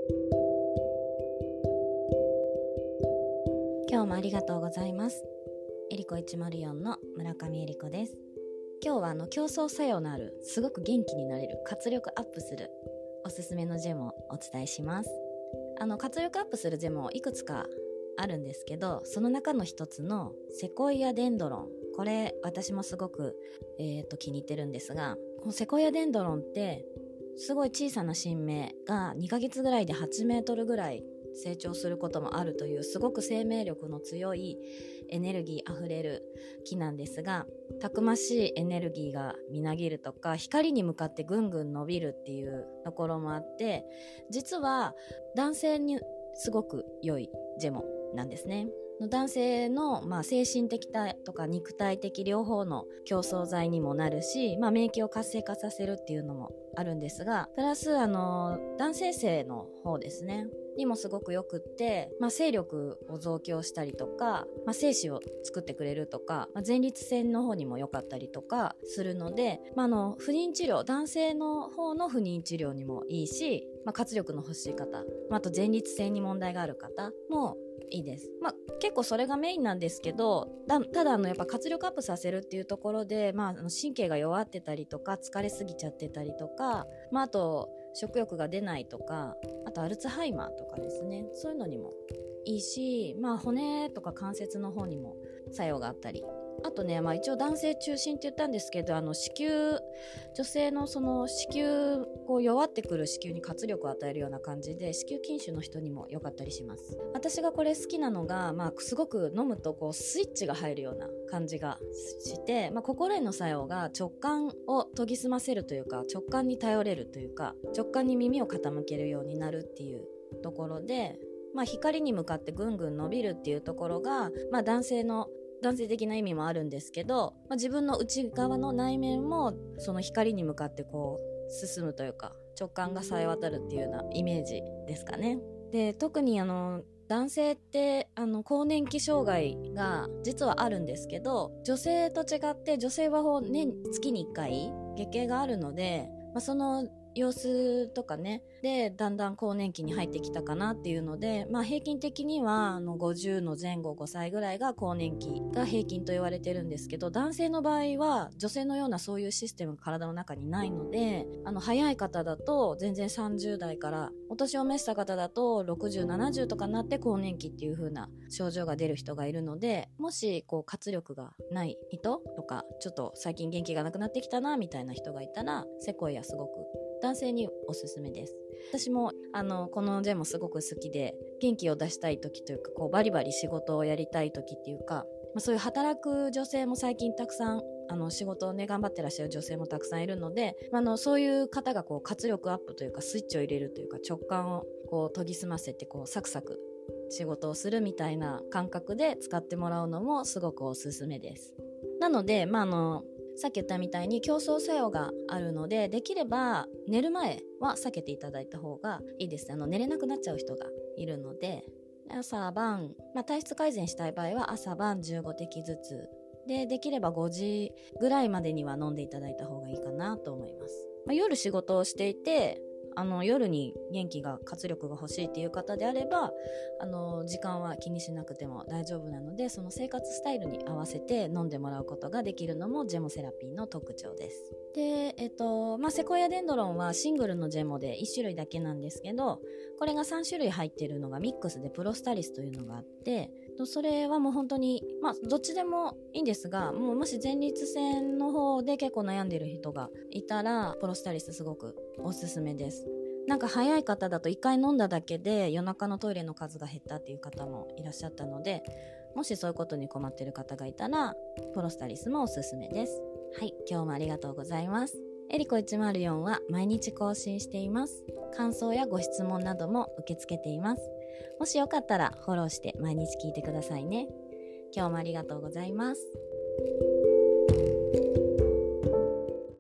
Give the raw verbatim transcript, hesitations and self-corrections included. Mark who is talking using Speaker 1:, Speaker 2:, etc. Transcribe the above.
Speaker 1: 今日もありがとうございます。えりこいちまるよんの村上えりこです。今日はあの競争作用のあるすごく元気になれる活力アップするおすすめのジェムをお伝えします。あの活力アップするジェムをいくつかあるんですけど、その中の一つのセコイアデンドロン、これ私もすごく、えー、と気に入ってるんですが、このセコイアデンドロンってすごい小さな新芽がにかげつぐらいではちメートルぐらい成長することもあるという、すごく生命力の強いエネルギーあふれる木なんですが、たくましいエネルギーがみなぎるとか、光に向かってぐんぐん伸びるっていうところもあって、実は男性にすごく良いジェモなんですね。男性の、まあ、精神的とか肉体的両方の競争剤にもなるし、まあ、免疫を活性化させるっていうのもあるんですが、プラスあの男性性の方ですねにもすごくよくって、まあ、精力を増強したりとか、まあ、精子を作ってくれるとか、まあ、前立腺の方にも良かったりとかするので、まあ、あの不妊治療、男性の方の不妊治療にもいいし、まあ、活力の欲しい方、まあ、あと前立腺に問題がある方もいいです。まあ、結構それがメインなんですけど、だただあのやっぱ活力アップさせるっていうところで、まあ、あの神経が弱ってたりとか疲れすぎちゃってたりとか、まあ、あと食欲が出ないとか、あとアルツハイマーとかですね、そういうのにもいいし、まあ、骨とか関節の方にも作用があったり、あとね、まあ、一応男性中心って言ったんですけど、あの子宮、女性のその子宮、こう弱ってくる子宮に活力を与えるような感じで、子宮筋腫の人にも良かったりします。私がこれ好きなのが、まあ、すごく飲むとこうスイッチが入るような感じがして、まあ、心への作用が直感を研ぎ澄ませるというか、直感に頼れるというか、直感に耳を傾けるようになるっていうところで、まあ、光に向かってぐんぐん伸びるっていうところが、まあ、男性の男性的な意味もあるんですけど、まあ、自分の内側の内面もその光に向かってこう進むというか、直感がさえ渡るっていうようなイメージですかね。で、特にあの男性ってあの更年期障害が実はあるんですけど、女性と違って女性は年月にいっかい月経があるので、まあ、その様子とかねでだんだん更年期に入ってきたかなっていうので、まあ、平均的にはあのごじゅうの前後ごさいぐらいが更年期が平均と言われてるんですけど、男性の場合は女性のようなそういうシステムが体の中にないので、あの早い方だと全然さんじゅう代から、お年を召した方だとろくじゅう、ななじゅうとかなって更年期っていう風な症状が出る人がいるので、もしこう活力がない人とか、ちょっと最近元気がなくなってきたなみたいな人がいたら、セコイアすごく男性におすすめです。私もあのこのジェムすごく好きで、元気を出したい時というか、こうバリバリ仕事をやりたい時っていうか、まあ、そういう働く女性も最近たくさんあの仕事をね頑張ってらっしゃる女性もたくさんいるので、まあ、あのそういう方がこう活力アップというか、スイッチを入れるというか、直感をこう研ぎ澄ませてこうサクサク仕事をするみたいな感覚で使ってもらうのもすごくおすすめです。なので、まあ、あのさっき言ったみたいに競争作用があるので、できれば寝る前は避けていただいた方がいいです。あの寝れなくなっちゃう人がいるので、朝晩、まあ、体質改善したい場合は朝晩じゅうごてきずつで、できればごじぐらいまでには飲んでいただいた方がいいかなと思います。まあ、夜仕事をしていて、あの夜に元気が活力が欲しいっていう方であれば、あの時間は気にしなくても大丈夫なので、その生活スタイルに合わせて飲んでもらうことができるのもジェモセラピーの特徴です。で、えっとまあ、セコイアデンドロンはシングルのジェモでいち種類だけなんですけど、これがさん種類入っているのがミックスでプロスタリスというのがあって、それはもう本当に、まあ、どっちでもいいんですが、もうもし前立腺の方で結構悩んでる人がいたら、プロスタリスすごくおすすめです。なんか早い方だといっかい飲んだだけで夜中のトイレの数が減ったっていう方もいらっしゃったので、もしそういうことに困っている方がいたらプロスタリスもおすすめです。はい、今日もありがとうございます。えりこいちまるよんは毎日更新しています。感想やご質問なども受け付けています。もしよかったらフォローして毎日聞いてくださいね。今日もありがとうございます。